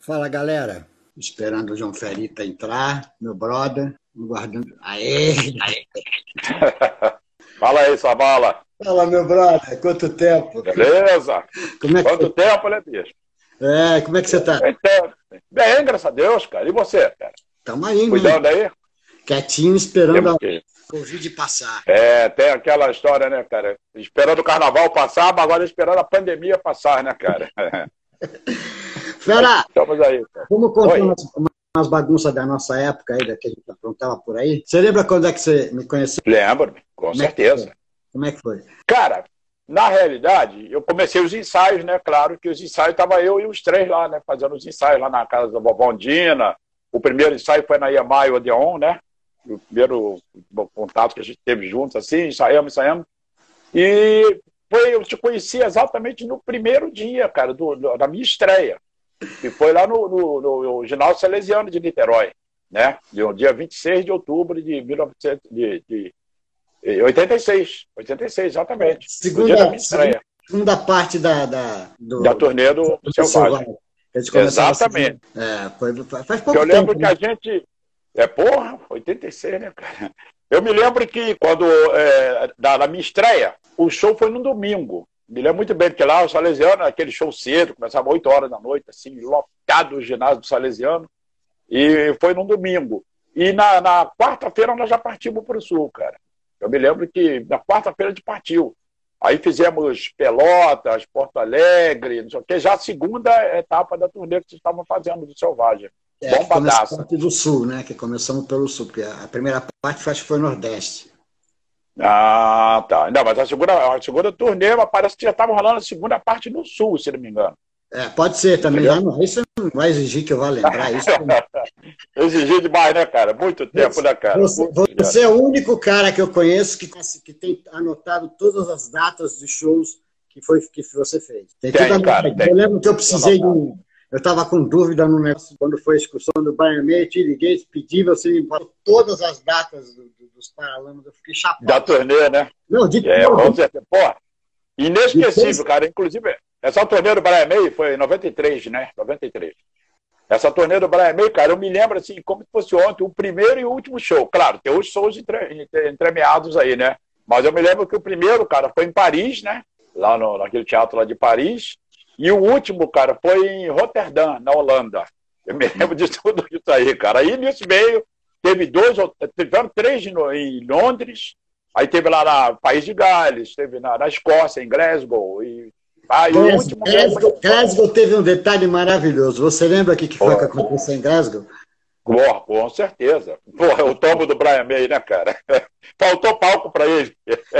Fala, galera. Esperando o João Ferita entrar, meu brother. Guardando. Aê! Fala aí, sua bala. Fala, meu brother. Quanto tempo? Beleza? Como é que Quanto você... tempo, né, bicho? Como é que você tá? Bem, graças a Deus, cara. E você, cara? Tamo aí, mano. Cuidando aí? Quietinho, esperando Temos a que... Covid passar. Tem aquela história, né, cara? Esperando o carnaval passar, mas agora esperando a pandemia passar, né, cara? Fera, Estamos aí, cara. vamos contar Oi. umas bagunças da nossa época aí, da que a gente aprontava por aí. Você lembra quando é que você me conheceu? Lembro, com Como é que foi? certeza. Como é que foi? Cara, na realidade, eu comecei os ensaios, né? Claro que os ensaios tava eu e os três lá, né? Fazendo os ensaios lá na casa da vovó Ondina. O primeiro ensaio foi na Iamai Odeon, né? O primeiro contato que a gente teve juntos, assim, ensaiamos. Eu te conheci exatamente no primeiro dia, cara, da minha estreia. E foi lá no Ginásio Salesiano de Niterói, né? No dia 26 de outubro de 1986. 86, exatamente. No dia da minha estreia. Segunda parte Da turnê do Selvagem. Exatamente. Faz Porque pouco eu lembro tempo, que né? a gente... Porra, 86, né, cara? Eu me lembro que quando, na minha estreia, o show foi no domingo. Me lembro muito bem, porque lá o Salesiano, aquele show cedo, começava 8 horas da noite, assim, lotado o ginásio do Salesiano, e foi no domingo. E na quarta-feira nós já partimos para o Sul, cara. Eu me lembro que na quarta-feira a gente partiu. Aí fizemos Pelotas, Porto Alegre, não sei o quê, já a segunda etapa da turnê que vocês estavam fazendo do Selvagem. Que começou a Bombadaça. parte do Sul, né? Que começamos pelo Sul, porque a primeira parte acho que foi Nordeste. Ah, tá. Não, mas a segunda turnê, parece que já estava rolando a segunda parte no Sul, se não me engano. Pode ser também. Entendeu? Isso não vai exigir que eu vá lembrar isso. Eu exigi demais, né, cara? Muito tempo, né, cara? Você é o único cara que eu conheço que tem anotado todas as datas dos shows que você fez. Tem tudo anotado. Tem. Eu lembro que eu precisei de um... Eu estava com dúvida no negócio quando foi a excursão do Brian May, te liguei, pedi, você me passou todas as datas dos Paralamas, eu fiquei chapado. Da turnê, né? Não, com certeza. Pô, inesquecível, cara. Inclusive, essa turnê do Brian May foi em 93, né? 93. Essa turnê do Brian May, cara, eu me lembro assim, como se fosse ontem, o primeiro e o último show. Claro, tem os shows entremeados aí, né? Mas eu me lembro que o primeiro, cara, foi em Paris, né? Lá naquele teatro lá de Paris. E o último, cara, foi em Roterdã, na Holanda. Eu me lembro de tudo isso aí, cara. Aí nisso meio, tiveram 3 em Londres, aí teve lá no País de Gales, teve na Escócia, em Glasgow. E o último Glasgow teve um detalhe maravilhoso. Você lembra o que foi que aconteceu em Glasgow? Com certeza. Porra, o tombo do Brian May, né, cara? Faltou palco pra ele.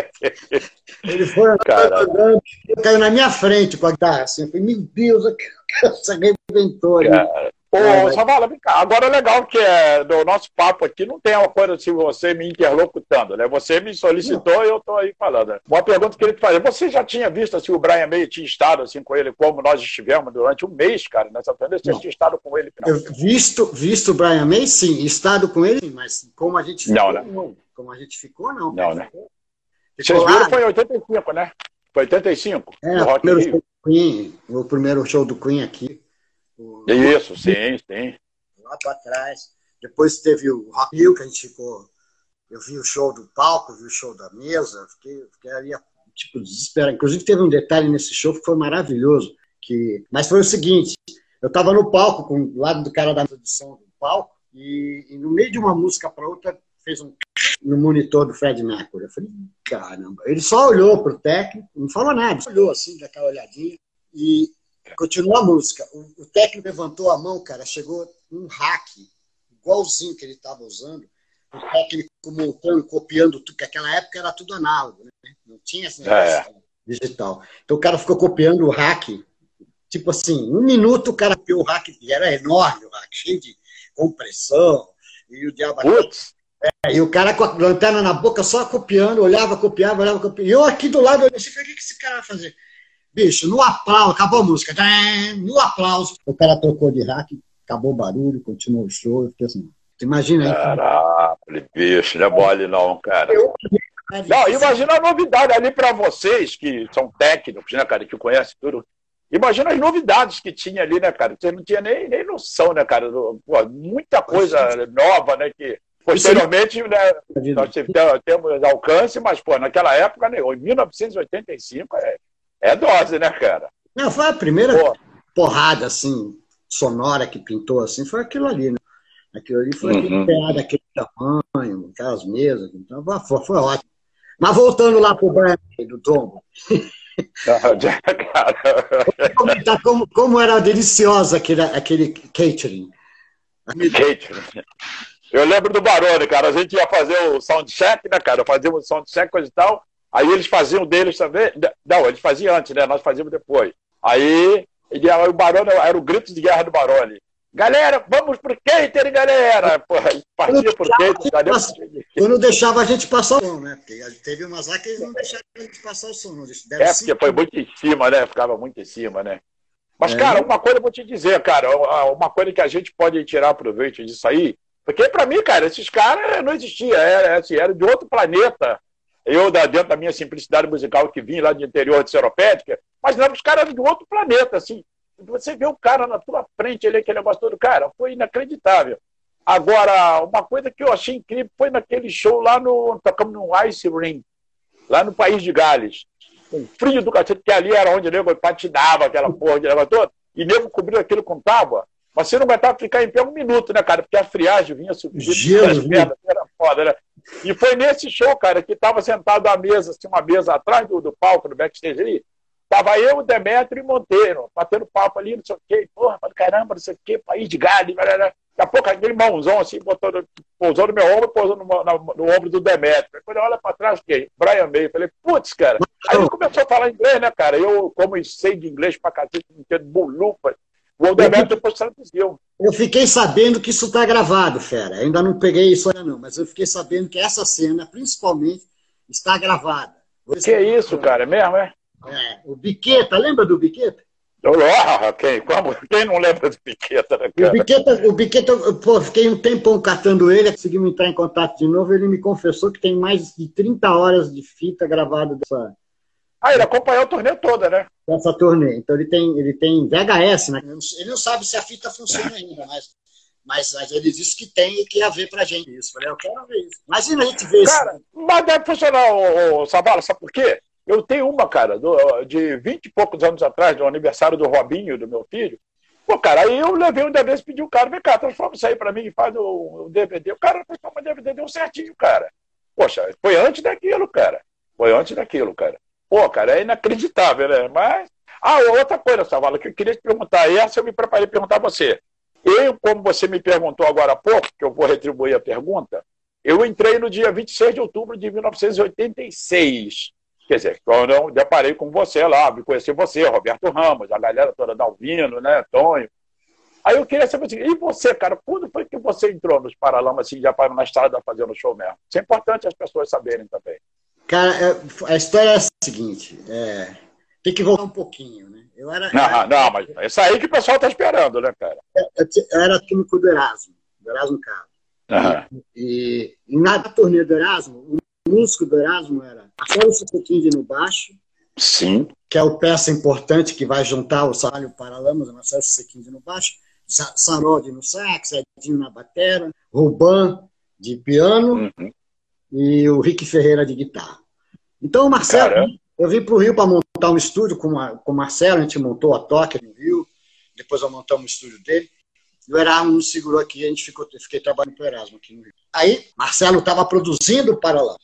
Ele foi andando, caiu na minha frente com a guitarra, assim. Eu falei, meu Deus, essa arrebentou ali. Savala, vem cá. Agora é legal que do nosso papo aqui não tem uma coisa assim, você me interlocutando, né? Você me solicitou e eu estou aí falando. Né? Uma pergunta que eu queria te fazer. Você já tinha visto assim, o Brian May tinha estado assim, com ele, como nós estivemos durante um mês, cara, nessa turnê? Você tinha estado com ele? Visto o Brian May, sim. Estado com ele, sim. Mas como a gente ficou, não. Como a gente ficou, não. Não, né? Vocês viram foi em 85, né? Foi 85? No Rock in Rio. Queen, o primeiro show do Queen aqui. Isso, sim. Lá para trás. Depois teve o Rock in Rio, que a gente ficou... Eu vi o show do palco, vi o show da mesa, fiquei ali, tipo, desesperado. Inclusive teve um detalhe nesse show que foi maravilhoso. Mas foi o seguinte, eu estava no palco, do lado do cara da mesa de som do palco, e no meio de uma música para outra, fez no monitor do Fred Mercury. Eu falei, caramba. Ele só olhou pro técnico, não falou nada, só olhou assim, daquela olhadinha, e continuou a música. O técnico levantou a mão, cara, chegou um hack, igualzinho que ele estava usando, o técnico montando, copiando tudo, porque naquela época era tudo análogo, né? Não tinha esse negócio digital. Então o cara ficou copiando o hack, tipo assim, 1 minuto o cara copiou o hack, e era enorme o hack, cheio de compressão, e o diabo... E o cara com a lanterna na boca só copiando, olhava, copiava. E eu aqui do lado, eu disse, o que esse cara vai fazer? Bicho, no aplauso, acabou a música. No aplauso, o cara trocou de hack, acabou o barulho, continuou o show. Eu fiquei assim, imagina aí. Caraca, bicho, não é mole não, cara. Não, imagina a novidade ali para vocês, que são técnicos, né, cara, que conhecem tudo. Imagina as novidades que tinha ali, né, cara? Você não tinha nem noção, né, cara? Pô, muita coisa nova, né? Que posteriormente, né, nós temos alcance, mas, pô, naquela época, né, em 1985, é dose, né, cara? Não, foi a primeira porrada, assim, sonora que pintou, assim, foi aquilo ali, né? Aquilo ali foi daquele tamanho, aquelas mesas, então foi ótimo. Mas voltando lá pro Brian May, do Tombo. Vou comentar como era deliciosa aquele catering. Eu lembro do Barone, cara. A gente ia fazer o soundcheck, né, cara? Fazíamos o soundcheck, coisa e tal. Aí eles faziam deles também. Não, eles faziam antes, né? Nós fazíamos depois. Aí o Barone era o grito de guerra do Barone. Galera, vamos pro catering, galera! Porra, partia pro catering. Eu não deixava a gente passar o som, né? Porque teve umas lá que eles não deixaram a gente passar o som. Porque foi muito em cima, né? Ficava muito em cima, né? Mas, cara, uma coisa eu vou te dizer, cara. Uma coisa que a gente pode tirar proveito disso aí. Porque, pra mim, cara, esses caras não existiam. Era de outro planeta. Eu, dentro da minha simplicidade musical, que vim lá de interior de Seropédica, mas não, os caras eram de outro planeta, assim. Você vê o cara na tua frente, aquele negócio todo, cara, foi inacreditável. Agora, uma coisa que eu achei incrível foi naquele show lá tocamos no Ice Ring, lá no País de Gales. Com frio do cacete, que ali era onde o nego patinava, aquela porra de negócio todo, e o nego cobriu aquilo com tábua, mas você não aguentava ficar em pé um minuto, né, cara? Porque a friagem vinha subindo as pernas, era foda, né? E foi nesse show, cara, que tava sentado à mesa, assim, uma mesa atrás do palco, do backstage ali. Tava eu, o Demétrio e Monteiro, batendo papo ali, não sei o quê. Porra, caramba, não sei o quê, País de Gales. Daqui a pouco aquele mãozão assim, pousou no meu ombro e pousou no ombro do Demétrio. Quando eu olho pra trás, fiquei, Brian May. Falei, putz, cara. Aí ele começou a falar inglês, né, cara? Eu, como sei de inglês pra cacete, não entendo bolupa. O Demétrio depois traduziu. Eu fiquei sabendo que isso tá gravado, fera. Eu ainda não peguei isso ainda não, mas eu fiquei sabendo que essa cena, principalmente, está gravada. Que é isso, cara? É mesmo, é? O Biqueta, lembra do Biqueta? Quem não lembra do Biqueta, né, cara? O Biqueta, pô, fiquei um tempão catando ele, conseguimos entrar em contato de novo, ele me confessou que tem mais de 30 horas de fita gravada dessa... ele acompanhou a turnê toda, né? Dessa turnê. Então ele tem VHS, né? Ele não sabe se a fita funciona ainda, mas ele disse que tem e que ia ver pra gente isso. Eu falei, eu quero ver isso. Imagina a gente ver isso. Cara, mas deve funcionar, o Sabala, sabe por quê? Eu tenho uma, cara, de 20 e poucos anos atrás, no aniversário do Robinho, do meu filho. Pô, cara, aí eu levei um DVD e pedi o cara, vem cá, transforma isso aí pra mim e faz o DVD. O cara transforma o DVD, deu certinho, cara. Poxa, foi antes daquilo, cara. Pô, cara, é inacreditável, né? Mas... outra coisa, Savala, que eu queria te perguntar. Essa eu me preparei para perguntar a você. Como você me perguntou agora há pouco, que eu vou retribuir a pergunta, eu entrei no dia 26 de outubro de 1986. Quer dizer, quando eu deparei com você lá, me conheci você, Roberto Ramos, a galera toda da Alvino, né, Tonho. Aí eu queria saber assim, e você, cara, quando foi que você entrou nos Paralamas, assim, já para na estrada fazendo show mesmo? Isso é importante as pessoas saberem também. Cara, a história é a seguinte, tem que voltar um pouquinho, né? Não, mas é isso aí que o pessoal tá esperando, né, cara? Eu era químico do Erasmo Carlos. E na turnê do Erasmo, o músico do Erasmo era Marcelo Sucquini no baixo, sim, que é o peça importante que vai juntar o Salho Paralamas, Marcelo Sucquini no baixo, Sarodi no sax, Edinho na batera, Ruban de piano e o Rick Ferreira de guitarra. Então o Marcelo, eu vim para o Rio para montar um estúdio com o Marcelo, a gente montou a Toque no Rio, depois eu montamos o estúdio dele, e o Erasmo nos segurou aqui, fiquei trabalhando para o Erasmo aqui no Rio. Aí, Marcelo estava produzindo o Paralamas.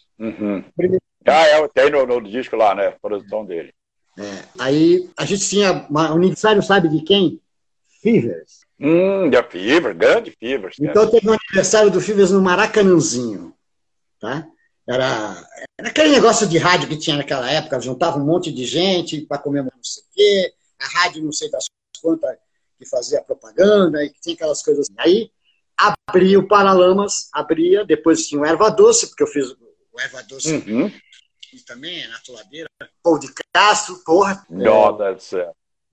Tem no disco lá, né? A produção dele. Aí a gente tinha o aniversário, sabe de quem? Fivers. Da Fivers, grande Fivers. Então teve um aniversário do Fivers no Maracanãzinho, tá? Era aquele negócio de rádio que tinha naquela época, juntava um monte de gente para comemorar não sei o quê, a rádio não sei das quantas que fazia propaganda, e que tinha aquelas coisas assim. Aí abria o Paralamas, depois tinha o Erva Doce, porque eu fiz o Erva Doce e também na Toladeira, Pão de Castro, porra. Nossa do céu.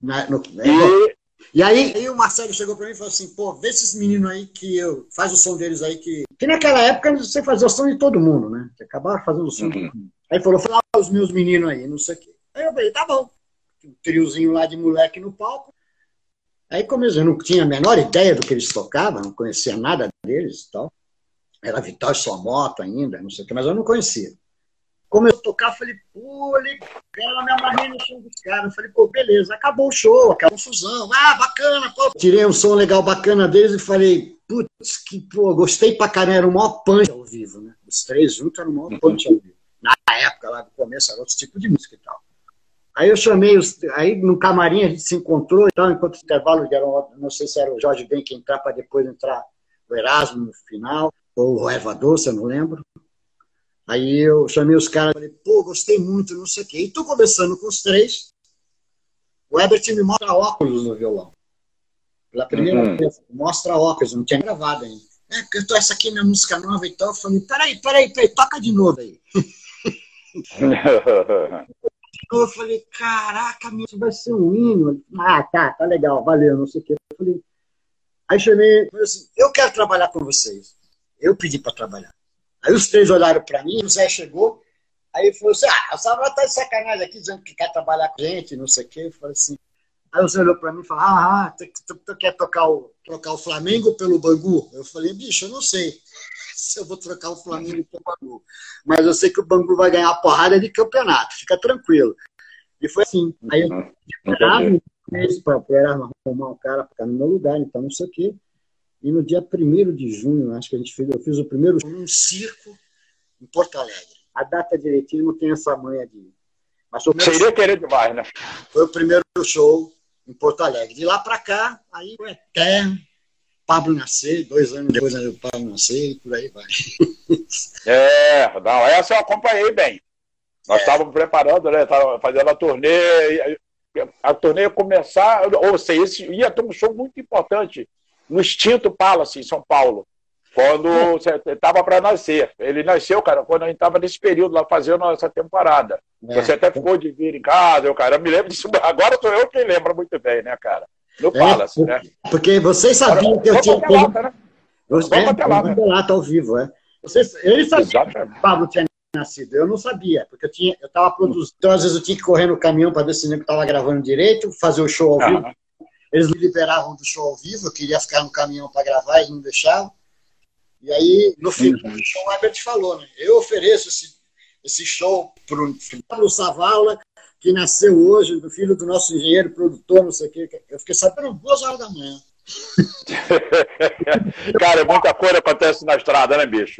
E aí o Marcelo chegou para mim e falou assim, pô, vê esses meninos aí faz o som deles aí que naquela época você fazia o som de todo mundo, né? Você acabava fazendo o som de todo mundo. Aí falou, fala os meus meninos aí, não sei o quê. Aí eu falei, tá bom. triozinho lá de moleque no palco. Aí comecei, eu não tinha a menor ideia do que eles tocavam, não conhecia nada deles e tal. Era Vital e Sua Moto ainda, não sei o que, mas eu não conhecia. Começou a tocar, falei, pô, legal, me amarrei no som dos caras. Falei, pô, beleza, acabou o show, acabou a confusão. Ah, bacana, pô. Tirei um som legal, bacana deles e falei, putz, que pô, gostei pra caramba, era o maior punch ao vivo, né? Os três juntos eram o maior punch ao vivo. Na época, lá no começo, era outro tipo de música e tal. Aí eu chamei, aí no camarim a gente se encontrou, então, enquanto o intervalo, não sei se era o Jorge Ben que entrar para depois entrar o Erasmo no final, ou o Eva Doce, eu não lembro. Aí eu chamei os caras, falei, pô, gostei muito, não sei o quê. E tô conversando com os três, o Herbert me mostra óculos no violão. Pela primeira vez, mostra óculos, não tinha gravado ainda. Porque eu tô essa aqui na música nova e tal. Eu falei, peraí, toca de novo aí. Eu falei, caraca, isso vai ser um hino. Ah, tá legal, valeu, não sei o quê. Eu falei, aí chamei, falei assim, eu quero trabalhar com vocês. Eu pedi para trabalhar. Aí os três olharam para mim, o Zé chegou, aí falou assim, o Samuel tá de sacanagem aqui, dizendo que quer trabalhar com a gente, não sei o quê. Eu falei assim, aí o Zé olhou para mim e falou, tu quer trocar o Flamengo pelo Bangu? Eu falei, bicho, eu não sei se eu vou trocar o Flamengo pelo Bangu, mas eu sei que o Bangu vai ganhar uma porrada de campeonato, fica tranquilo. E foi assim, aí eu para arrumar um cara para ficar no meu lugar, então não sei o quê. E no dia 1º de junho, acho que eu fiz o primeiro show num circo em Porto Alegre. A data direitinho não tem essa manha de... Mas seria querer demais, né? Foi o primeiro show em Porto Alegre. De lá para cá, aí o Eterno, Pablo Nascer, 2 anos depois do Pablo Nascer, e por aí vai. Não, essa eu acompanhei bem. Nós estávamos preparando, né? Estávamos fazendo a turnê. A turnê ia começar, ou seja, ia ter um show muito importante no extinto Palace, em São Paulo, quando estava para nascer. Ele nasceu, cara, quando a gente estava nesse período lá fazendo essa temporada. Você até ficou de vir em casa, eu me lembro disso. Agora sou eu quem lembra muito bem, né, cara? No Palace, né? Porque vocês sabiam que eu tinha... Vamos até lá, né? Tá ao vivo, é. Ele sabia que o Pablo tinha nascido, eu não sabia, porque eu estava produzindo, então às vezes eu tinha que correr no caminhão para ver se o nego estava gravando direito, fazer o show ao vivo. Eles me liberavam do show ao vivo, eu queria ficar no caminhão para gravar e não deixavam. E aí, no final do show, o Herbert falou, né? Eu ofereço esse show para o Pablo Savala, que nasceu hoje, do filho do nosso engenheiro, produtor, não sei o quê. Eu fiquei sabendo 2 horas da manhã. Cara, muita coisa acontece na estrada, né, bicho?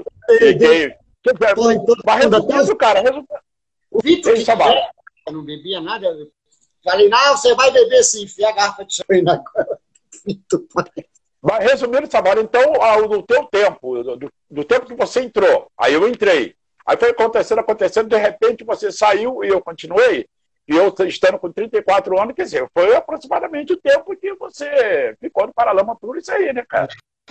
O Vitor, eu não bebia nada, eu falei, não, você vai beber sim, enfia a garrafa de champanhe na cola. Mas resumindo, Samuel, então, no teu tempo, do tempo que você entrou, aí eu entrei, aí foi acontecendo, de repente você saiu e eu continuei, e eu estando com 34 anos, quer dizer, foi aproximadamente o tempo que você ficou no Paralama Tour, isso aí, né, cara?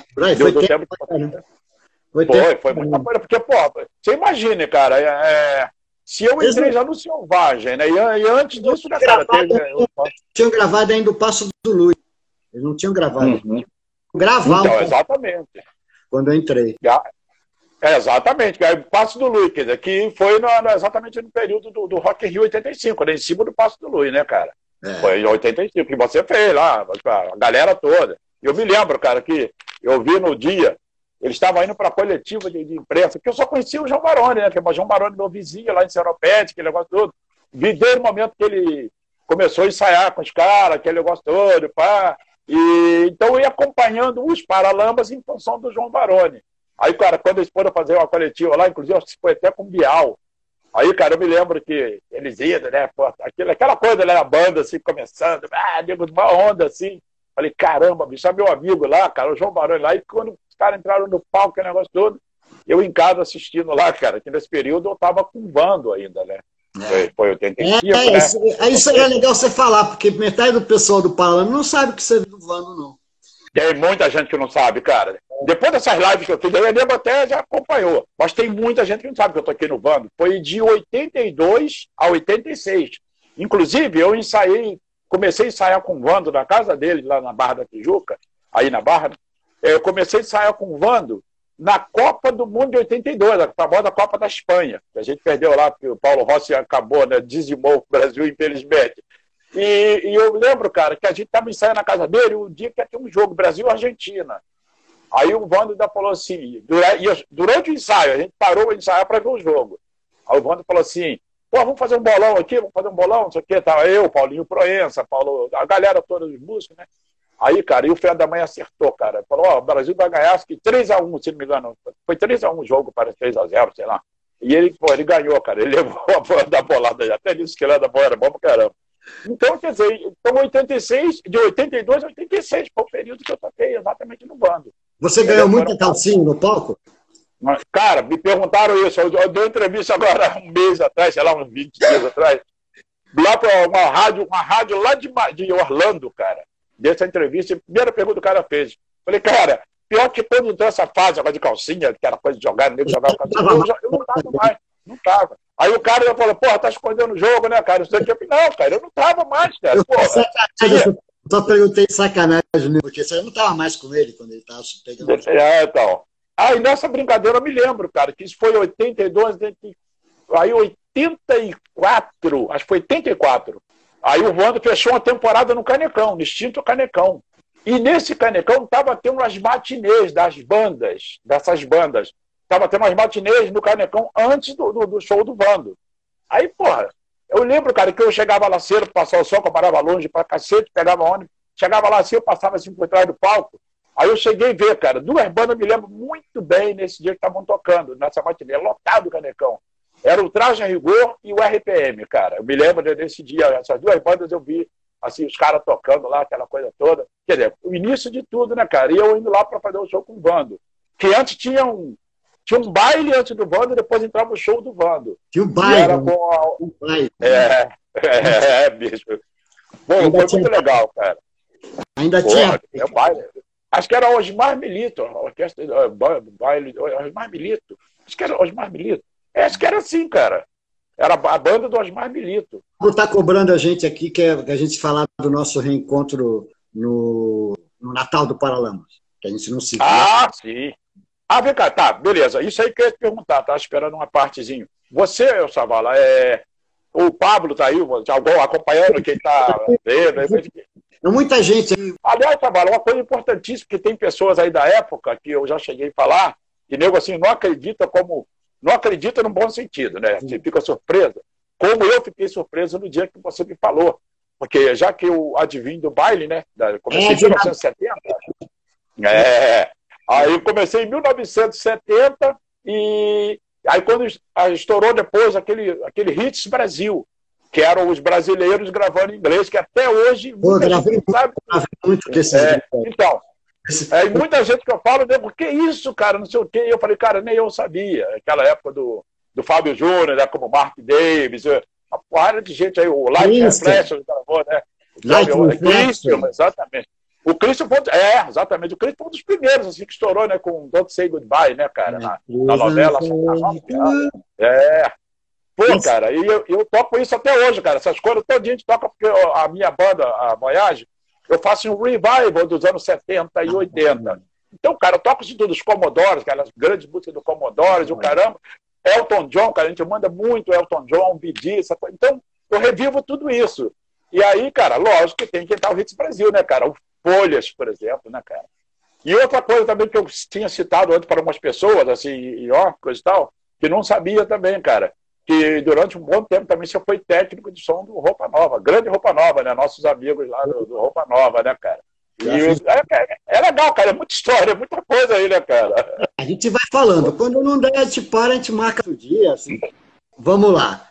Foi muita coisa, porque, pô, você imagina, cara, se eu entrei já no Selvagem, né, e antes disso, né, cara, tinham gravado ainda o Passo do Luiz, eles não tinham gravado, gravavam. Então, exatamente. Quando eu entrei. Exatamente, que é o Passo do Luiz, quer dizer, que foi exatamente no período do Rock in Rio 85, né, em cima do Passo do Luiz, né, cara? Foi em 85, que você fez lá, a galera toda. Eu me lembro, cara, que eu vi no dia, eles estavam indo para a coletiva de imprensa, que eu só conhecia o João Baroni, né, que é o João Baroni, meu vizinho lá em Seropédica, aquele negócio todo. Vi desde o momento que ele começou a ensaiar com os caras, aquele negócio todo, pá. E então eu ia acompanhando os Paralamas em função do João Baroni. Aí, cara, quando eles foram fazer uma coletiva lá, inclusive acho que foi até com o Bial. Aí, cara, eu me lembro que eles iam, né, pô, aquela coisa, né, a banda assim, começando, nego de uma onda assim. Falei, caramba, bicho, é meu amigo lá, cara, o João Baroni lá. E quando os caras entraram no palco, aquele negócio todo, eu em casa assistindo lá, cara, que nesse período eu tava com Vando ainda, né? Foi 85, né? Isso era legal você falar, porque metade do pessoal do Paralama não sabe que você é do Vando, não. Tem muita gente que não sabe, cara. Depois dessas lives que eu fiz, eu mesmo até já acompanhou. Mas tem muita gente que não sabe que eu toquei no Vando. Foi de 82 a 86. Inclusive, eu comecei a ensaiar com o Vando na casa dele, lá na Barra da Tijuca, aí na Barra. Eu comecei a ensaiar com o Vando na Copa do Mundo de 82, a famosa Copa da Espanha, que a gente perdeu lá, porque o Paulo Rossi acabou, né, dizimou o Brasil, infelizmente. E eu lembro, cara, que a gente estava ensaiando na casa dele o dia que ia ter um jogo, Brasil-Argentina. Aí o Vando ainda falou assim, durante o ensaio, a gente parou o ensaiar para ver o jogo. Aí o Vando falou assim, pô, vamos fazer um bolão aqui, vamos fazer um bolão, não sei o quê. Tava eu, Paulinho Proença, a galera toda dos músicos, né? Aí, cara, e o Fé da Mãe acertou, cara. Falou, ó, o Brasil vai ganhar, acho que 3-1, se não me engano. Foi 3-1 o jogo, parece 3-0, sei lá. E ele, pô, ele ganhou, cara. Ele levou a bola da bolada. Até disse que ele da bola era bom pra caramba. Então, quer dizer, então 86, de 82 a 86, foi o período que eu toquei exatamente no bando. Você ganhou muita calcinha no palco? Mas, cara, me perguntaram isso. Eu dei uma entrevista agora um mês atrás, sei lá, uns 20 dias atrás, lá para uma rádio lá de Orlando, cara. Dessa entrevista, a primeira pergunta que o cara fez. Falei, cara, pior que quando entrou essa fase agora de calcinha, que era coisa de jogar, nego jogava calcinha, eu não tava mais, não tava. Aí o cara já falou, porra, tá escondendo o jogo, né, cara? Não, cara, eu não tava mais, cara. Porra. Eu só perguntei de sacanagem, porque você não tava mais com ele quando ele tava pegando o jogo. Então. Aí nessa brincadeira eu me lembro, cara, que isso foi em 82, aí 84, acho que foi 84. Aí o Vando fechou uma temporada no Canecão, no extinto Canecão. E nesse Canecão estava tendo umas matinês das bandas, dessas bandas. Estava tendo umas matinês no Canecão antes do show do Vando. Aí, porra, eu lembro, cara, que eu chegava lá cedo, passar o sol, que eu parava longe pra cacete, pegava ônibus, chegava lá assim, eu passava assim por trás do palco. Aí eu cheguei a ver, cara, duas bandas, me lembro muito bem nesse dia que estavam tocando, nessa matinê, lotado o Canecão. Era o Traje a Rigor e o RPM, cara. Eu me lembro desse dia, essas duas bandas eu vi, assim, os caras tocando lá, aquela coisa toda. Quer dizer, o início de tudo, né, cara? E eu indo lá para fazer o show com o Vando. Que antes tinha um baile antes do Vando, e depois entrava o show do Vando. Tinha um baile. Era com um baile. Bicho. Bom, foi muito legal, cara. Ainda tinha. É baile. Acho que era Osmar Milito, a orquestra, baile, Osmar Milito. Acho que era Osmar Milito. Acho que era assim, cara. Era a banda do Osmar Milito. Está cobrando a gente aqui, que a gente falar do nosso reencontro no Natal do Paralamas. Que a gente não se viu. Ah, sim. Ah, vem cá, tá, beleza. Isso aí que eu ia te perguntar, tá esperando uma partezinha. Você, Savala, o Pablo tá aí, acompanhando quem tá vendo. Muita gente aí. Aliás, Savala, uma coisa importantíssima, que tem pessoas aí da época, que eu já cheguei a falar, que nego assim, não acredita no bom sentido, né? Você fica surpresa. Como eu fiquei surpreso no dia que você me falou. Porque já que eu adivinho do baile, né? Comecei em 1970. Aí eu comecei em 1970 e aí quando estourou depois aquele Hits Brasil, que eram os brasileiros gravando em inglês, que até hoje muita gente não sabe. Muito desse então, e muita gente que eu falo, né, por que isso, cara, não sei o quê. E eu falei, cara, nem eu sabia. Aquela época do Fábio Júnior, né, como Mark Davis, uma porrada de gente aí, o Light Reflection gravou, né? Christian, exatamente. O Christian foi, exatamente, o Christian foi um dos primeiros, assim, que estourou, né, com Don't Say Goodbye, né, cara, na novela. Pô, cara, e eu toco isso até hoje, cara, essas coisas todo dia a gente toca, porque a minha banda, a Voyage, eu faço um revival dos anos 70 e 80. Então, cara, eu toco isso tudo, os Commodores, aquelas grandes músicas do Commodores, o caramba. Elton John, cara, a gente manda muito Elton John, Bee Gees, essa coisa. Então, eu revivo tudo isso. E aí, cara, lógico que tem que entrar o Hits Brasil, né, cara? O Folhas, por exemplo, né, cara? E outra coisa também que eu tinha citado antes para algumas pessoas, assim, coisa e tal, que não sabia também, cara, que durante um bom tempo também você foi técnico de som do Roupa Nova, grande Roupa Nova, né? Nossos amigos lá do Roupa Nova, né, cara? E é legal, cara, é muita história, é muita coisa aí, né, cara? A gente vai falando. Quando não der, a gente para, a gente marca outro dia. Assim. Vamos lá.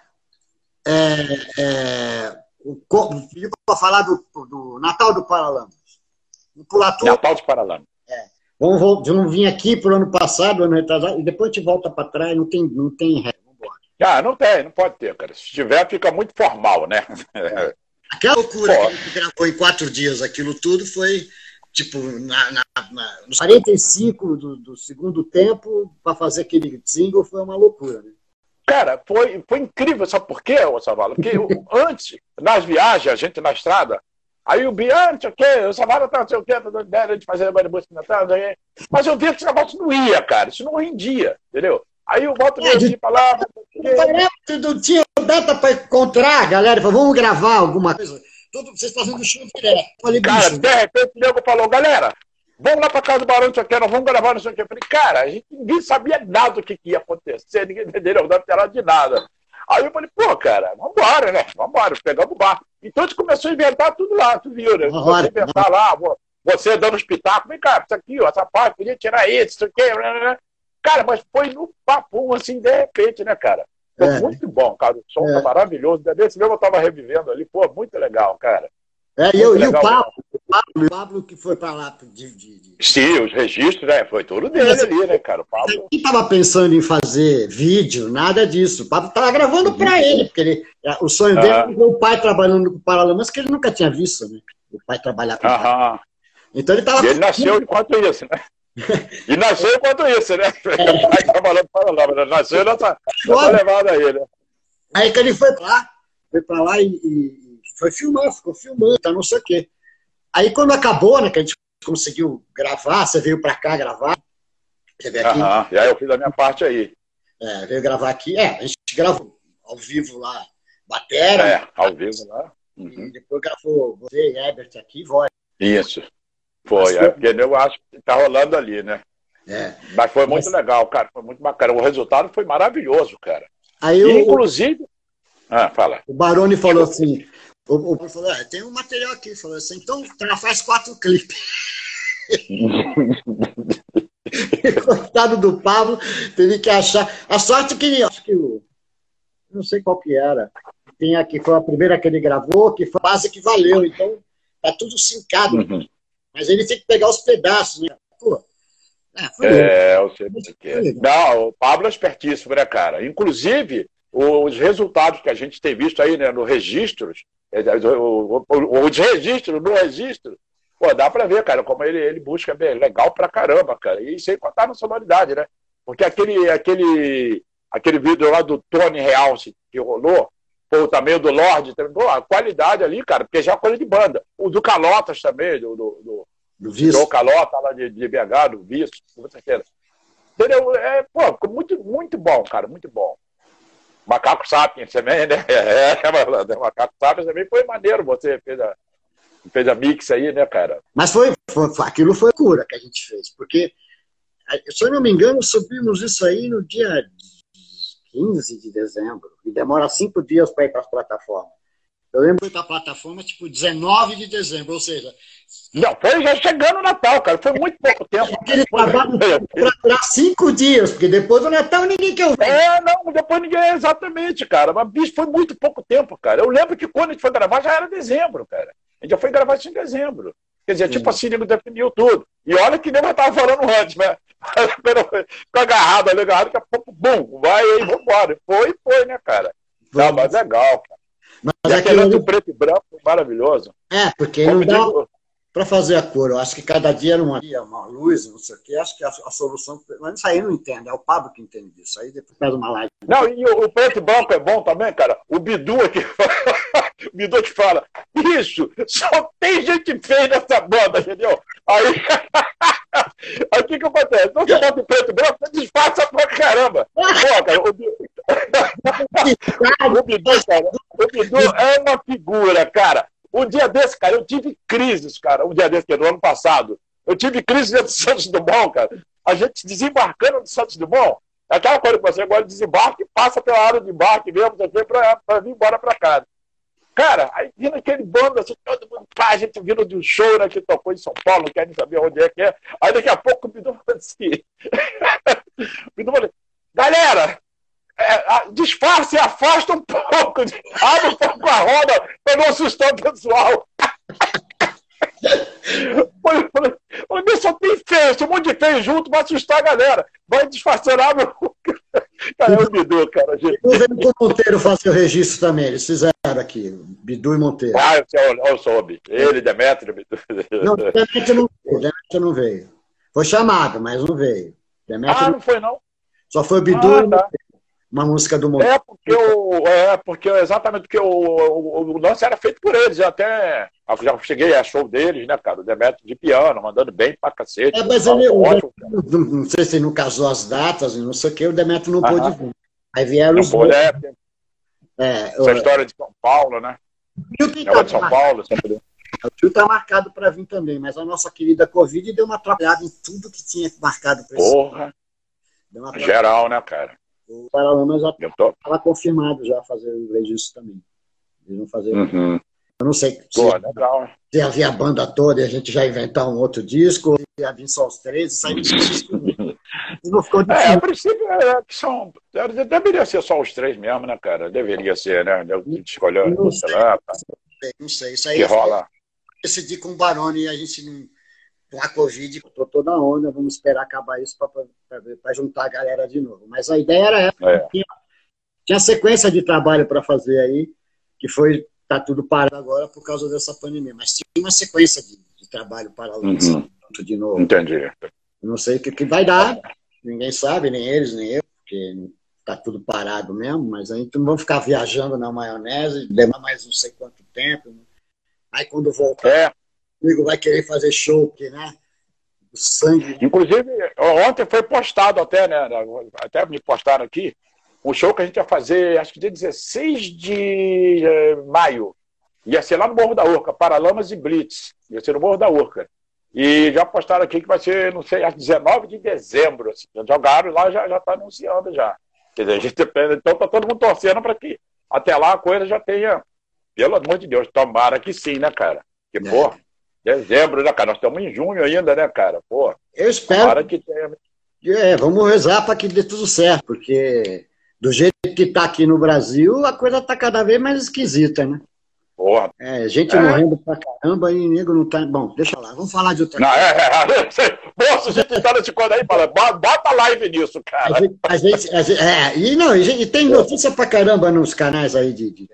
Para falar do Natal do Paralamas. Vamos pular tudo. Natal do Paralamas. Vamos vir aqui para o ano passado, ano retrasado, e depois a gente volta para trás, não tem ré. Não pode ter, cara. Se tiver, fica muito formal, né? Aquela loucura que a gente gravou em 4 dias, aquilo tudo foi, tipo, nos 45 do segundo tempo, para fazer aquele single, foi uma loucura, né? Cara, foi incrível, sabe por quê, Savala? Porque antes, nas viagens, a gente na estrada, aí o Biante, o Savala tá, não sei o quê, a gente fazia a música Natal, mas eu via que esse negócio não ia, cara, isso não rendia, entendeu? Aí eu volto e falava. Não tinha data para encontrar, galera. Vamos gravar alguma coisa. vocês fazendo show direto. Eu falei, Cara, bicho, de repente o nego falou, galera, vamos lá pra casa do Barão, não sei o que, nós vamos gravar, não sei o que. Eu falei, cara, ninguém sabia nada do que ia acontecer, ninguém entendeu, não tinha nada de nada. Aí eu falei, pô, cara, vambora, né? Vambora, pegamos o bar. Então a gente começou a inventar tudo lá, tu viu, né? Começou a inventar lá, você dando os pitacos, vem cá, isso aqui, ó, essa parte, podia tirar isso, isso aqui, né? Cara, mas foi no papo, assim, de repente, né, cara? Foi muito bom, cara. O som tá maravilhoso. Desse mesmo eu tava revivendo ali, pô, muito legal, cara. E o Pablo que foi para lá Sim, os registros, né? Foi tudo dele ali, né, cara? O Pablo. Ninguém estava pensando em fazer vídeo, nada disso. O Pablo estava gravando para ele, porque o sonho dele era ver o pai trabalhando com o Paralamas, que ele nunca tinha visto, né? O pai trabalhar com o pai. Então ele estava. Ele nasceu enquanto isso, né? E nasceu enquanto isso, né? O pai trabalhando com o Paralamas, nasceu nessa levada aí, né? Aí que ele foi para lá e foi filmando, ficou filmando, tá, não sei o quê. Aí quando acabou, né, que a gente conseguiu gravar, você veio para cá gravar, você veio aqui. E aí eu fiz a minha parte aí. Veio gravar aqui, a gente gravou ao vivo lá, batera. Ao vivo lá. E depois gravou você e Herbert aqui, voz. Isso. Foi, porque eu acho que tá rolando ali, né? Mas foi muito legal, cara, foi muito bacana. O resultado foi maravilhoso, cara. Aí inclusive... fala. O Baroni falou assim, o Baroni falou, tem um material aqui, falou assim, então faz 4 clipes. Coitado do Pablo, teve que achar. A sorte que, acho que não sei qual que era, tem aqui, foi a primeira que ele gravou, que foi a base que valeu, então tá tudo sincado. Mas ele tem que pegar os pedaços, né? Pô, eu sei o que é. Não, o Pablo é espertíssimo, né, cara? Inclusive, os resultados que a gente tem visto aí, né, no registros, os registros, no registro, pô, dá pra ver, cara, como ele busca bem, legal pra caramba, cara. E sem contar na sonoridade, né? Porque aquele vídeo lá do Tony Realce que rolou, ou também o do Lorde, a qualidade ali, cara, porque já é coisa de banda. O do Calotas também, do Calota lá de BH, do Viço, com certeza. Entendeu? Pô, muito, muito bom, cara, muito bom. Macaco Sapiens também, né? Macaco Sapiens também foi maneiro, você fez a mix aí, né, cara? Mas aquilo foi cura que a gente fez, porque, se eu não me engano, subimos isso aí no dia 15 de dezembro, e demora 5 dias para ir para as plataformas. Eu lembro que foi para a plataforma, tipo, 19 de dezembro, ou seja... Não, foi já chegando o Natal, cara, foi muito pouco tempo. Aquele trabalho para 5 dias, porque depois do Natal ninguém quer ouvir. Não, depois ninguém, exatamente, cara, mas, bicho, foi muito pouco tempo, cara. Eu lembro que quando a gente foi gravar já era dezembro, cara. A gente já foi gravar isso em dezembro. Quer dizer, tipo assim, nego definiu tudo. E olha que nem eu estava falando antes, né? Ficou agarrado, daqui a pouco, bum, vai aí, vambora. Foi, né, cara? Não, mas legal, cara. Mas aquele do preto e branco, maravilhoso. Porque não dá para fazer a cor. Eu acho que cada dia era uma luz, não sei o quê. Acho que a solução... Mas isso aí eu não entendo, é o Pablo que entende disso. Aí depois faz uma live. Não, e o preto e branco é bom também, cara. O Bidu aqui o Bidu te fala, isso, só tem gente feia nessa banda, entendeu? Aí o que acontece? Então você bota o preto e branco, você disfarça pra caramba. Pô, cara, o Bidu é uma figura, cara. Um dia desse, cara, eu tive crises, cara. Um dia desse, no ano passado. Eu tive crise dentro do Santos Dumont, cara. A gente desembarcando no Santos Dumont, aquela coisa que você agora desembarca e passa pela área de embarque mesmo, pra vir embora pra casa. Cara, aí vindo aquele bando, assim, todo mundo, a gente vindo de um show, né, que tocou em São Paulo, não quer nem saber onde é que é. Aí daqui a pouco o Bidu falou assim, o Bidu falou, galera, disfarce e afasta um pouco, abre um pouco a roda para não assustar o pessoal. Falei, só tem feio, se um monte de feio junto, vai assustar a galera. Vai disfarçando, abre um pouco. Cara, é o Bidu, cara. Gente. Eu veio com o Monteiro fazer o registro também, eles fizeram aqui, Bidu e Monteiro. Eu soube. Ele, Demetrio, Bidu. Não, Demetrio não veio. Foi chamado, mas não veio. Demetrio não foi não? Só foi o Bidu e Monteiro. Uma música do Monteiro. Porque exatamente porque o lance era feito por eles. Eu já cheguei a show deles, né, cara? O Demetrio de piano, mandando bem pra cacete. Mas não sei se não casou as datas, não sei o que, o Demetrio não pôde vir. Aí vieram os dois. Essa história de São Paulo, né? Negócio de São Paulo, sempre. O tio está marcado para vir também, mas a nossa querida Covid deu uma atrapalhada em tudo que tinha marcado para esse. Porra! Geral, né, cara? O Paralamas já estava confirmado já fazer o inglês disso também. Eles vão fazer. Uhum. Eu não sei legal. Se havia a banda toda e a gente já inventar um outro disco, ou ia vir só os três, isso aí não ficou difícil. A princípio, deveria ser só os três mesmo, né, cara? Deveria ser, né? Escolheu, não sei. Isso aí que rola. Decidi com o Barone e a gente não. Com a Covid, tô toda a onda, vamos esperar acabar isso para juntar a galera de novo. Mas a ideia era essa. Tinha sequência de trabalho para fazer aí, que tá tudo parado agora por causa dessa pandemia. Mas tinha uma sequência de trabalho para de novo. Entendi. Eu não sei o que vai dar, ninguém sabe, nem eles, nem eu, porque tá tudo parado mesmo, mas a gente não vamos ficar viajando na maionese, demorar mais não sei quanto tempo. Né? Aí quando voltar, o amigo vai querer fazer show, porque, né? O sangue. Inclusive, ontem foi postado até, né? Até me postaram aqui, um show que a gente ia fazer, acho que dia 16 de maio. Ia ser lá no Morro da Urca, Paralamas e Blitz. Ia ser no Morro da Urca. E já postaram aqui que vai ser, não sei, às 19 de dezembro. Assim. Já jogaram lá, já está anunciando já. Quer dizer, então está todo mundo torcendo para que até lá a coisa já tenha, pelo amor de Deus, tomara que sim, né, cara? Porque, pô, dezembro, né, cara? Nós estamos em junho ainda, né, cara? Pô, eu espero. Tomara que tenha. Vamos rezar para que dê tudo certo, porque do jeito que está aqui no Brasil, a coisa está cada vez mais esquisita, né? Porra. Gente morrendo pra caramba e nego não tá. Bom, deixa lá, vamos falar de outra coisa. Moço, a gente tá nesse quadro aí, fala, bota live nisso, cara. E tem notícia pra caramba nos canais aí de.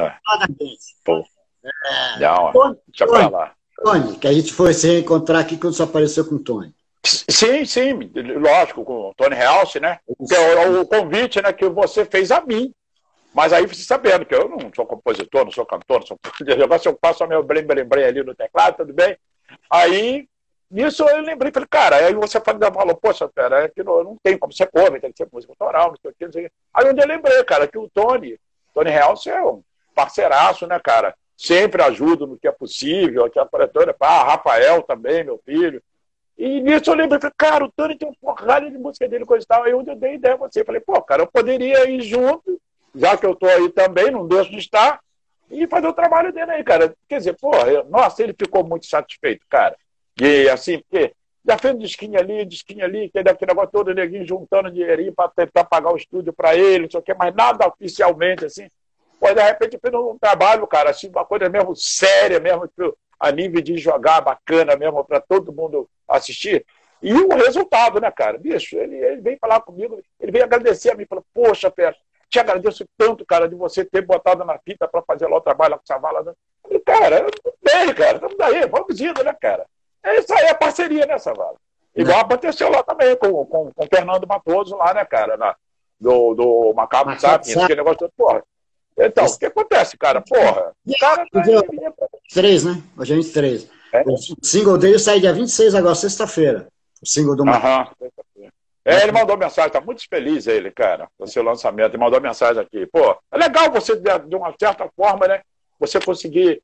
Não, deixa pra lá. Tony, que a gente foi se reencontrar aqui quando você apareceu com o Tony. Sim, lógico, com o Tony House, né? O convite, né, que você fez a mim. Mas aí você sabendo que eu não sou compositor, não sou cantor, não sou... Agora eu faço o meu blém ali no teclado, tudo bem? Aí, nisso eu lembrei, falei, cara, aí você falou, poxa, cara, é que não tem como ser cover, tem que ser música autoral, não sei o que, não sei o que. Aí onde eu lembrei, cara, que o Tony House é um parceiraço, né, cara? Sempre ajuda no que é possível, aqui a coletora, Rafael também, meu filho. E nisso eu lembrei, falei, cara, o Tony tem uma porrada de música dele, coisa e tal. Aí onde eu dei ideia a você, falei, pô, cara, eu poderia ir junto, já que eu estou aí também, não deixo de estar, e fazer o trabalho dele aí, cara. Quer dizer, nossa, ele ficou muito satisfeito, cara. E assim, porque já fez um disquinho ali, que é daquele negócio todo, neguinho juntando dinheirinho para tentar pagar o estúdio para ele, não sei o quê, mas nada oficialmente, assim. Pô, de repente fez um trabalho, cara, assim, uma coisa mesmo séria, mesmo a nível de jogar bacana mesmo, para todo mundo assistir. E o resultado, né, cara? Bicho, ele veio falar comigo, ele veio agradecer a mim, falou, poxa, Pera, te agradeço tanto, cara, de você ter botado na fita para fazer lá o trabalho lá com essa vala. Falei, cara, bem, cara, estamos daí, vamos indo, né, cara? Isso aí é parceria, né, Savala? Igual aconteceu lá também com o Fernando Matoso lá, né, cara, do Macaco Sapiens, aquele negócio todo, porra. Então, o que acontece, cara? Porra, o cara tá aí, 3, né? Hoje é 23. O single dele sai dia 26 agora, sexta-feira. O single do Macaco. Ele mandou mensagem, tá muito feliz ele, cara, do seu lançamento, ele mandou mensagem aqui. Pô, é legal você, de uma certa forma, né, você conseguir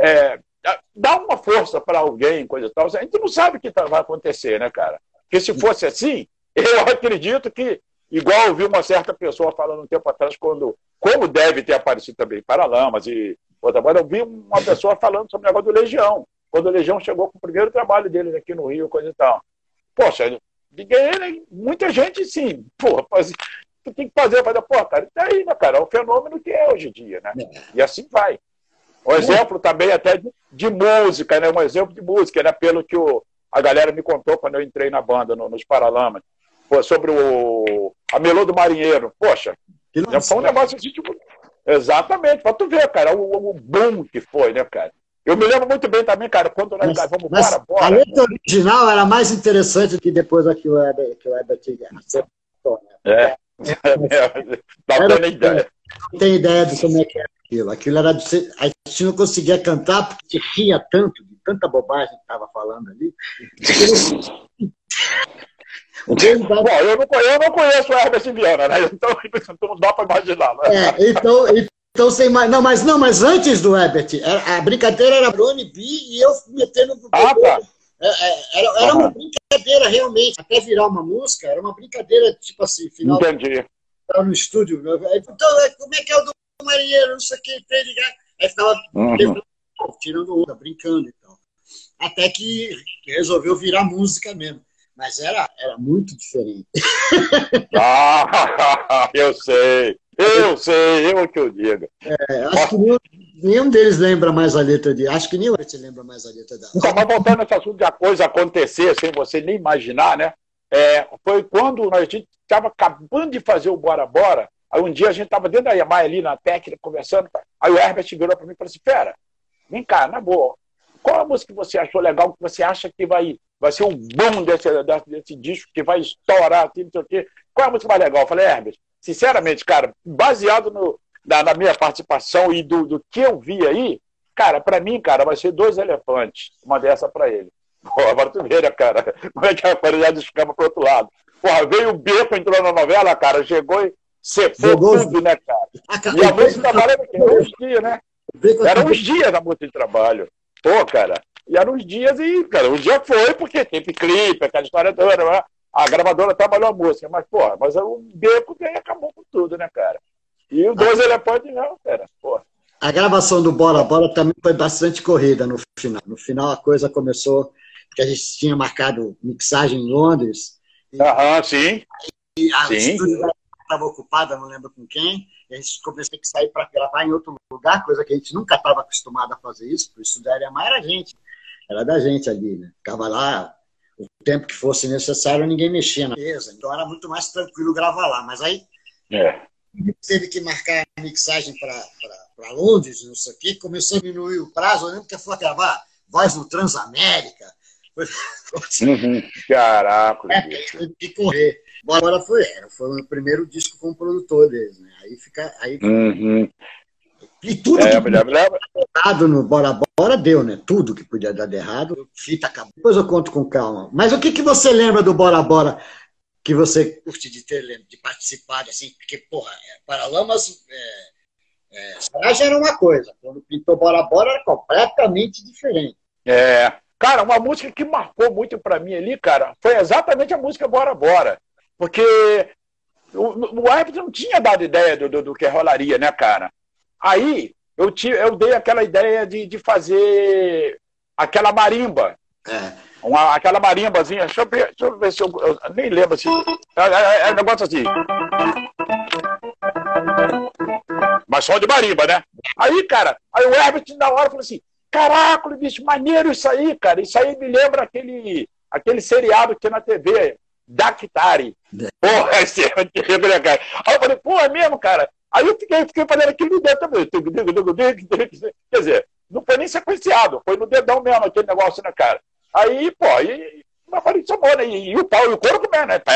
dar uma força para alguém, coisa e tal. A gente não sabe o que vai acontecer, né, cara? Porque se fosse assim, eu acredito que, igual eu vi uma certa pessoa falando um tempo atrás, como deve ter aparecido também Paralamas e outra banda, eu vi uma pessoa falando sobre o negócio do Legião, quando o Legião chegou com o primeiro trabalho deles aqui no Rio, coisa e tal. Poxa, muita gente, sim, porra, tu tem que fazer, pô, cara, tá aí, né, cara, é o fenômeno que é hoje em dia, né? E assim vai. Um exemplo também até de música, né? Um exemplo de música, né? Pelo que a galera me contou quando eu entrei na banda, nos Paralamas, sobre a Melô do Marinheiro. Poxa, já foi um negócio assim, tipo, exatamente, pra tu ver, cara, o boom que foi, né, cara? Eu me lembro muito bem também, cara, quando nós vamos bora. A letra original era mais interessante que depois aqui o Herbert tinha. Não tem nem ideia. Não tem ideia de como é que era aquilo. Aquilo era. A gente não conseguia cantar porque ria tanto, de tanta bobagem que estava falando ali. Bom, eu não conheço o Herbert Viana, né? Então não dá para imaginar. Né? Então Então, mas antes do Herbert, a brincadeira era Brony B e eu metendo no Ah, tá. Era uma brincadeira, realmente. Até virar uma música, era uma brincadeira, tipo assim, final. Entendi. No estúdio. Então, como é que é o do marinheiro? Não sei o que, aí ficava tirando onda, brincando e tal. Até que resolveu virar música mesmo. Mas era muito diferente. Ah, eu sei que eu digo. Acho que nenhum deles lembra mais a letra de. Acho que nenhum deles lembra mais a letra da. Então, mas voltando nesse assunto de a coisa acontecer sem você nem imaginar, né? Foi quando a gente estava acabando de fazer o Bora Bora. Aí um dia a gente estava dentro da Yamaha ali na técnica, conversando. Aí o Herbert virou para mim e falou assim: Fera, vem cá, na boa. Qual a música que você achou legal, que você acha que vai ser um boom desse disco, que vai estourar, assim, não sei o quê? Qual é a música mais legal? Eu falei, Herbert, sinceramente, cara, baseado na minha participação e do que eu vi aí, cara, pra mim, cara, vai ser Dois Elefantes. Uma dessa pra ele. Pô, agora tu vê, né, cara? Como é que a qualidade escama pro outro lado? Porra, veio o Beco, entrou na novela, cara, chegou e cefou tudo, né, cara? E a música de trabalho era uns dias, né? Eram uns dias a música de trabalho. Pô, cara, e eram uns dias e, cara, um dia foi porque teve clipe, aquela história toda, a gravadora trabalhou a música, mas, porra, mas o Beco veio e acabou com tudo, né, cara? E o Dois Elefantes não, cara, porra. A gravação do Bora Bora também foi bastante corrida no final. No final a coisa começou, porque a gente tinha marcado mixagem em Londres. Sim. E a estúdio estava ocupada, não lembro com quem. E a gente começou a sair para gravar em outro lugar, coisa que a gente nunca estava acostumado a fazer isso, porque o estúdio da Yamaha era a gente. Era da gente ali, né? Ficava lá, o tempo que fosse necessário, ninguém mexia na mesa. Então era muito mais tranquilo gravar lá. Mas aí teve que marcar a mixagem para Londres, não sei o quê, começou a diminuir o prazo. Eu lembro que foi gravar Voz no Transamérica. Caraca. Teve que correr. Agora foi o primeiro disco com o produtor deles, né? Aí fica. E tudo que podia dar errado no Bora Bora deu, né? Tudo que podia dar errado, fita acabou. Depois eu conto com calma. Mas o que você lembra do Bora Bora que você curte de participar, assim? Porque, porra, Paralamas, já era uma coisa. Quando pintou Bora Bora era completamente diferente. Cara, uma música que marcou muito pra mim ali, cara, foi exatamente a música Bora Bora. Porque o árbitro não tinha dado ideia do que rolaria, né, cara? Aí eu dei aquela ideia de fazer aquela marimba. Aquela marimbazinha. Deixa eu ver se eu nem lembro assim. É um negócio assim. Mas som de marimba, né? Aí, cara, o Herbert na hora falou assim: caraca, bicho, maneiro isso aí, cara. Isso aí me lembra aquele seriado que tem na TV, Daktari. Porra, esse é antigo, né, cara? Aí eu falei, pô, é mesmo, cara? Aí eu fiquei fazendo aquilo no dedo também. Quer dizer, não foi nem sequenciado, foi no dedão mesmo aquele negócio, né, cara? Aí, pô, mas falei, isso é bom, né? E o pau e o couro comendo, né?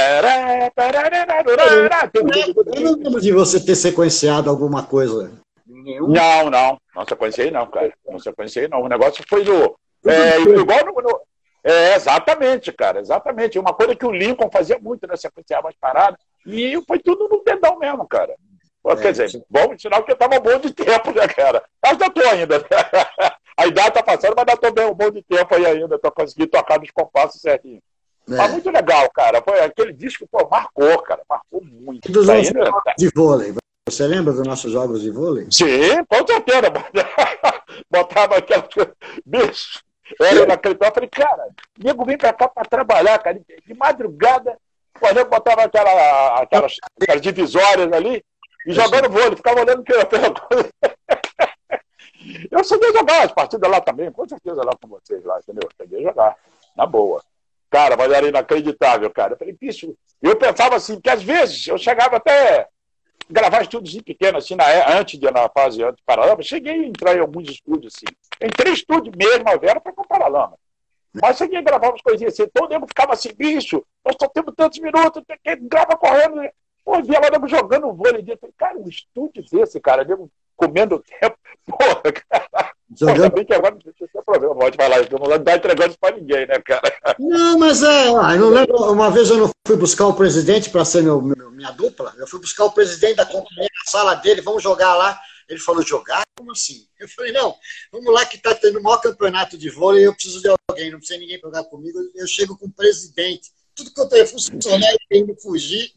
Eu não lembro de você ter sequenciado alguma coisa. Não sequenciei não, cara. Não sequenciei não. O negócio foi igual exatamente, cara, exatamente. Uma coisa que o Lincoln fazia muito, né? Sequenciava as paradas. E foi tudo no dedão mesmo, cara. Quer dizer, bom sinal que eu tava bom de tempo, né, cara? Mas ainda tô ainda. A idade tá passando, mas ainda tô bem um bom de tempo aí ainda. Tô conseguindo tocar nos compassos certinho. Mas muito legal, cara. Foi aquele disco, pô, marcou, cara. Marcou muito. E dos nossos jogos de vôlei. Você lembra dos nossos jogos de vôlei? Sim, com certeza. Botava aquela... Bicho, eu inacreditável. Falei, cara, nego vem pra cá pra trabalhar, cara. De madrugada, o nego botava aquelas divisórias ali e jogando vôlei. Ficava olhando pela coisa. Eu sabia jogar as partidas lá também, com certeza lá com vocês lá, entendeu? Eu sabia jogar, na boa. Cara, mas era inacreditável, cara. Eu falei, bicho, eu pensava assim, que às vezes eu chegava até gravar estúdios pequenos, assim, na fase antes de Paralama, cheguei a entrar em alguns estúdios, assim. Entrei em estúdio mesmo, a Vera, para Paralama. Mas cheguei a gravar umas coisinhas assim, todo mundo ficava assim, bicho, nós só temos tantos minutos, grava correndo. Pô, via lá, nego jogando vôlei dentro. Falei, cara, um estúdio desse, cara, nego comendo tempo. Porra, cara. Ainda bem que agora não tem problema, pode falar isso, não dá entregando isso pra ninguém, né, cara? Não, mas eu não lembro, uma vez eu não fui buscar o presidente para ser minha dupla, eu fui buscar o presidente da companhia na sala dele, vamos jogar lá, Ele falou, jogar? Como assim? Eu falei, não, vamos lá que está tendo o maior campeonato de vôlei, eu preciso de alguém, não precisa ninguém jogar comigo, eu chego com o presidente. Tudo que eu tenho é funcionário querendo fugir.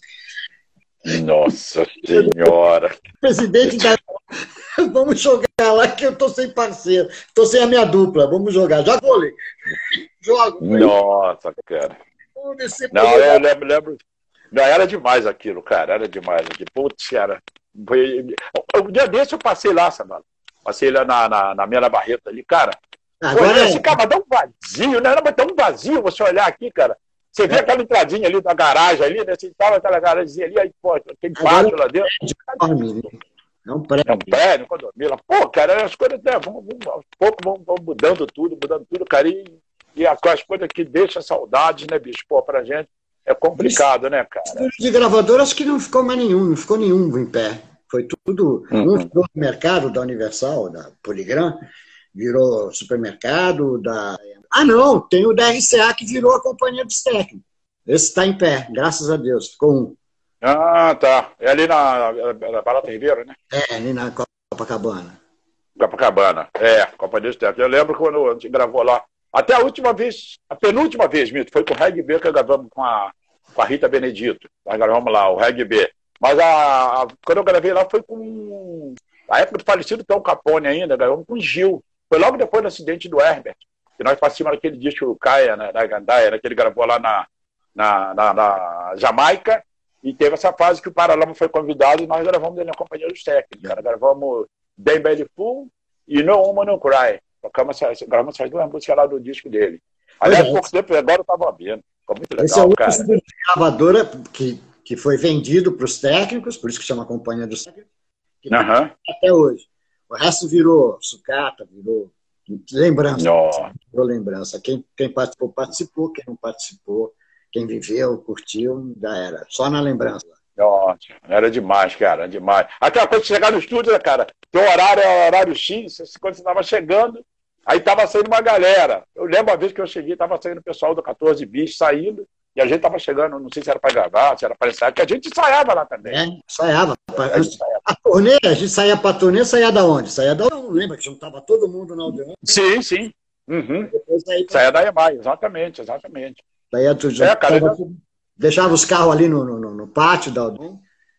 Nossa Senhora! Presidente da... Vamos jogar lá que eu estou sem parceiro, estou sem a minha dupla, vamos jogar. Joga vôlei. Jogo. Nossa, cara. Não, eu lembro. Não, era demais aquilo, cara. Era demais. Putz, cara. Um dia desse eu passei lá, Samara. Passei lá na Mena Barreto ali, cara. Agora ficava tão vazio, né? Era tão vazio você olhar aqui, cara. Você vê aquela entradinha ali da garagem ali, né? Você tava aquela garagemzinha ali, aí, pô, tem pátio lá dentro. Não prédio. É um prédio, um condomínio. Pô, cara, as coisas, né, aos poucos vão mudando tudo, cara. E as coisas que deixam saudade, né, bicho? Pô, pra gente é complicado, né, cara? De gravador, acho que não ficou mais nenhum, não ficou nenhum em pé. Foi tudo. Um ficou no mercado da Universal, da Poligram, virou supermercado, da. Ah, não, tem o da RCA que virou a Companhia dos Técnicos. Esse está em pé, graças a Deus, ficou um. Ah, tá. É ali na Barata Ribeiro, né? É, ali na Copacabana. Copacabana, Companhia dos Técnicos. Eu lembro quando a gente gravou lá. Até a última vez, a penúltima vez, Mito, foi com o Reg B que gravamos com a Rita Benedito. Nós gravamos lá, o Reg B. Mas quando eu gravei lá foi com. A época do falecido Tom Capone ainda, gravamos com o Gil. Foi logo depois do acidente do Herbert. Que nós participamos daquele disco Caia, né, da Gandaia, né, que ele gravou lá na Jamaica. E teve essa fase que o Paralama foi convidado e nós gravamos ele na Companhia dos Técnicos. Cara. Gravamos Dem Belly Full e No Woman No Cry. Gravamos essas duas músicas lá do disco dele. Aliás, pouco tempo, agora eu estava vendo. Ficou muito legal, esse é o cara. único de gravadora que foi vendido para os técnicos, por isso que chama Companhia dos Técnicos, que tá até hoje. O resto virou sucata, virou lembrança. Virou lembrança. Quem participou, participou. Quem não participou, quem viveu, curtiu, já era. Só na lembrança. Nossa, era demais, cara, demais. Aquela coisa de chegar no estúdio, né, cara? Teu horário é horário X, quando você estava chegando, aí estava saindo uma galera. Eu lembro uma vez que eu cheguei, estava saindo o pessoal do 14 Bis saindo, e a gente estava chegando, não sei se era para gravar, se era para ensaiar, porque a gente ensaiava lá também. Ensaiava. A gente saía para turnê, saía da onde? Saía da onde? Lembra que juntava todo mundo na audiência? Sim. Uhum. Saía da EMAI, exatamente. Daí deixava os carros ali no pátio da audiência.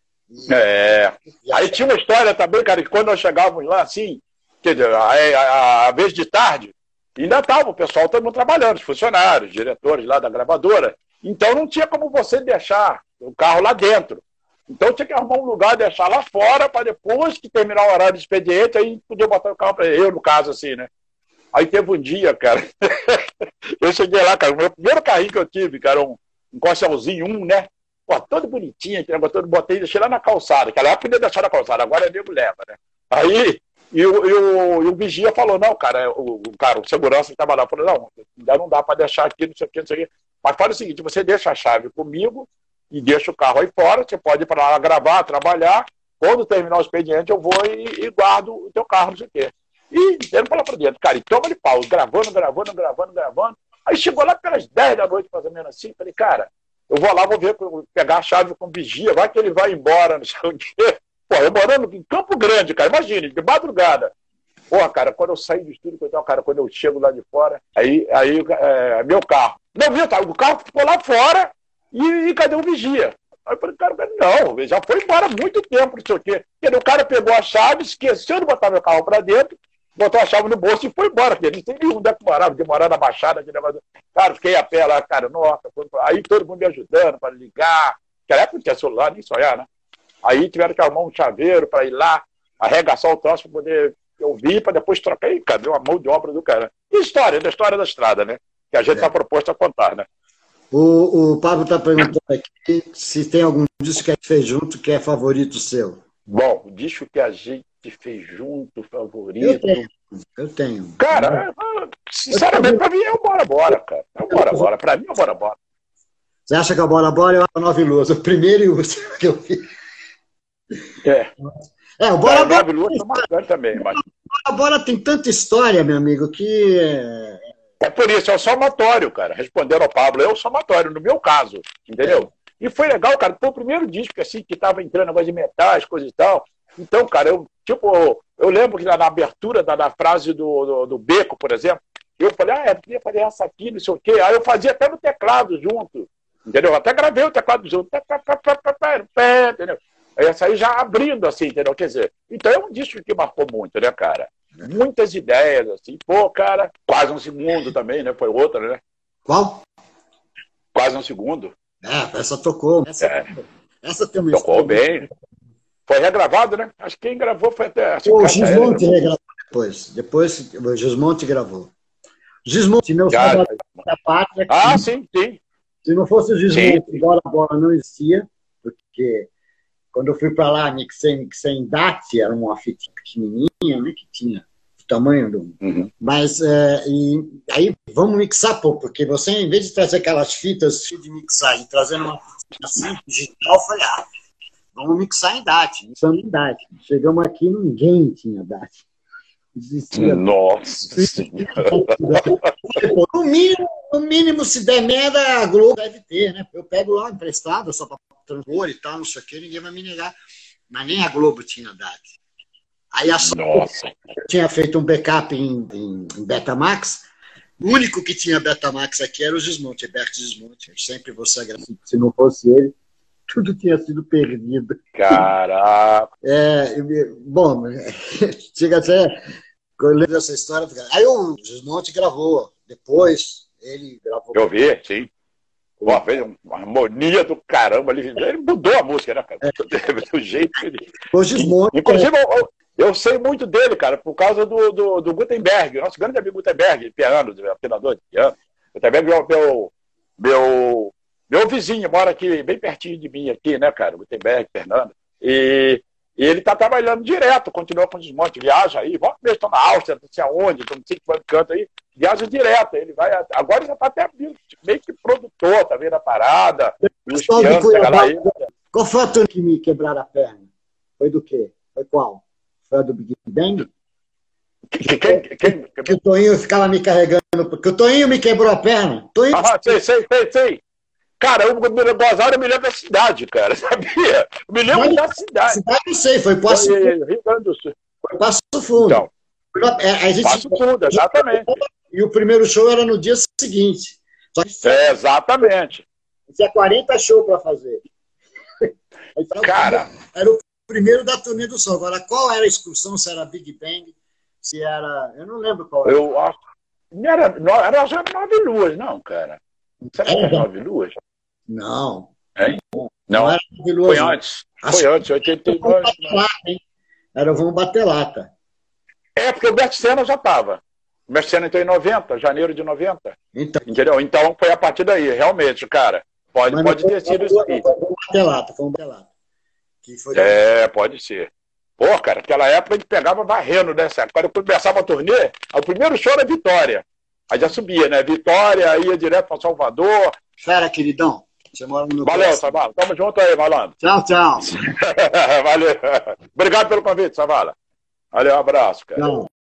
Aí tinha uma história também, cara, que quando nós chegávamos lá, assim, quer dizer, a vez de tarde, ainda estava o pessoal, todo mundo trabalhando, os funcionários, os diretores lá da gravadora. Então não tinha como você deixar o carro lá dentro. Então tinha que arrumar um lugar, deixar lá fora, para depois que terminar o horário de expediente, aí podia botar o carro para eu, no caso, assim, né? Aí teve um dia, cara, eu cheguei lá, cara, o meu primeiro carrinho que eu tive, cara, um Corcelzinho 1, né? Pô, todo bonitinho, aquele negócio todo, botei, deixei lá na calçada. Aquela época podia deixar na calçada, agora nego leva, né? Aí, e o vigia falou, não, cara, o segurança que estava lá, falou, não, ainda não dá para deixar aqui, não sei o que. Mas fala o seguinte, você deixa a chave comigo e deixa o carro aí fora, você pode ir para lá gravar, trabalhar, quando terminar o expediente eu vou e guardo o teu carro, não sei o quê. E ele falou para dentro, cara, e toma de pau, gravando. Aí chegou lá pelas 10 da noite, mais ou menos assim, falei, cara, eu vou lá, vou pegar a chave com o vigia, vai que ele vai embora, não sei o quê. Pô, eu morando em Campo Grande, cara, imagine, de madrugada. Porra, cara, quando eu saí do estúdio, cara, quando eu chego lá de fora, aí meu carro. Não, viu, tá, o carro ficou lá fora e cadê o vigia? Aí eu falei, cara, não, já foi embora há muito tempo, não sei o quê. E o cara pegou a chave, esqueceu de botar meu carro pra dentro, botou a chave no bolso e foi embora. Não tem nenhum onde é que morava, de morar na Baixada, aquele negócio. Cara, fiquei a pé lá, cara, nossa. Aí todo mundo me ajudando para ligar. Naquela época não tinha celular, nem sonhar, né? Aí tiveram que arrumar um chaveiro para ir lá, arregaçar o troço para poder ouvir, para depois trocar. Aí, cara, deu uma mão de obra do cara. E história da estrada, né? Que a gente está proposto a contar, né? O Pablo está perguntando aqui se tem algum disco que a gente fez junto que é favorito seu. Bom, o disco que a gente fez junto, favorito. Eu tenho. Cara, sinceramente, pra mim é o Bora Bora, cara. É o Bora Bora. Pra mim é o Bora Bora. Você acha que é o Bora Bora é o Nove Luas? O primeiro e o último que eu fiz. O Bora Bora. Nove Luas é marcante também, mas. O Bora Bora tem tanta história, meu amigo, que. É por isso, é o somatório, cara. Respondendo ao Pablo, é o somatório, no meu caso, entendeu? E foi legal, cara, foi o primeiro disco, assim, que tava entrando negócio de metais, coisa e tal. Então, cara, eu lembro que na abertura da frase do Beco, por exemplo, eu falei, eu queria fazer essa aqui, não sei o quê. Aí eu fazia até no teclado junto, entendeu? Eu até gravei o teclado junto, entendeu? Essa aí já abrindo, assim, entendeu? Quer dizer, então é um disco que marcou muito, né, cara? Muitas ideias, assim, pô, cara, quase um segundo também, né? Foi outra, né? Qual? Quase um segundo. Essa tocou. Essa tem uma tocou história. Bem. Foi regravado, né? Acho que quem gravou foi até... O Gismonti regravou depois. Depois o Gismonti gravou. Gismonti, meu salvador da pátria. Sim. Se não fosse o Gismonti, Bola Bola não existia, porque quando eu fui para lá, mixei em DAT, era uma fita pequenininha, né, que tinha o tamanho do... Uhum. Mas, e aí, vamos mixar, pô, porque você, em vez de trazer aquelas fitas de mixar e trazendo uma fita assim, digital, eu falei, vamos mixar em DAT, mixando em DAT. Chegamos aqui, ninguém tinha DAT. Existia. Nossa No mínimo, se der merda, a Globo deve ter, né? Eu pego lá emprestado, só para transpor e tal, não sei o que, ninguém vai me negar. Mas nem a Globo tinha DAT. Aí a Sony tinha feito um backup em Betamax. O único que tinha Betamax aqui era o Gismonti, Heberto Gismonti. Eu sempre vou ser agradecido. Se não fosse ele, tudo tinha sido perdido. Caraca! Bom, chega a ser... Eu lembro dessa história. Aí o Gismonti gravou. Depois, ele gravou. Eu vi, sim. Pô, fez uma harmonia do caramba ali. Ele mudou a música, né, cara? Do jeito que ele... O Gismonti... Inclusive, eu sei muito dele, cara, por causa do Gutenberg, nosso grande amigo Gutenberg, piano, afinador de piano. Gutenberg é meu vizinho, mora aqui, bem pertinho de mim aqui, né, cara? Gutenberg, Fernando. E ele tá trabalhando direto, continua com o Gismonti, viaja aí, volta mesmo, estão na Áustria, não sei aonde, não sei quanto canto aí, viaja direto. Ele vai, agora já tá até meio que produtor, tá vendo a parada, e os pianos, aí. Qual foi a turma que me quebraram a perna? Foi do quê? Foi qual? Foi a do Big Bang? Que o Toinho ficava me carregando, porque o Toinho me quebrou a perna. Toinho... Sei. Cara, eu me lembro da cidade, cara, sabia? Eu me lembro da cidade. Cidade não sei, foi Passo Fundo. Rio Grande do Sul. Foi Passo Fundo. Então, Passo Fundo, exatamente. E o primeiro show era no dia seguinte. Só que exatamente. Tinha 40 shows para fazer. Cara... Era o primeiro da turnê do som. Agora, qual era a excursão? Se era Big Bang? Se era... Eu não lembro qual era. Eu acho... Era já 9 Luas, não, cara. Será que era 9 Luas? Não. Hein? Não. Era 9 Luas. Foi antes. Foi antes, 89. Era Vamos Bater Lata. Porque o Bert Senna já estava. O Bert Senna entrou em 90, janeiro de 90. Então. Entendeu? Então foi a partir daí, realmente, cara. Pode ter sido isso aí. Vamos Bater Lata. Que foi pode ser. Pô, cara, naquela época a gente pegava varrendo, né? Quando começava a turnê, o primeiro show era Vitória. Aí já subia, né? Vitória, ia direto para Salvador. Fera, queridão. Você mora no Valeu, Savala. Tamo junto aí, malandro. Tchau. Valeu. Obrigado pelo convite, Savala. Valeu, um abraço, cara. Tchau.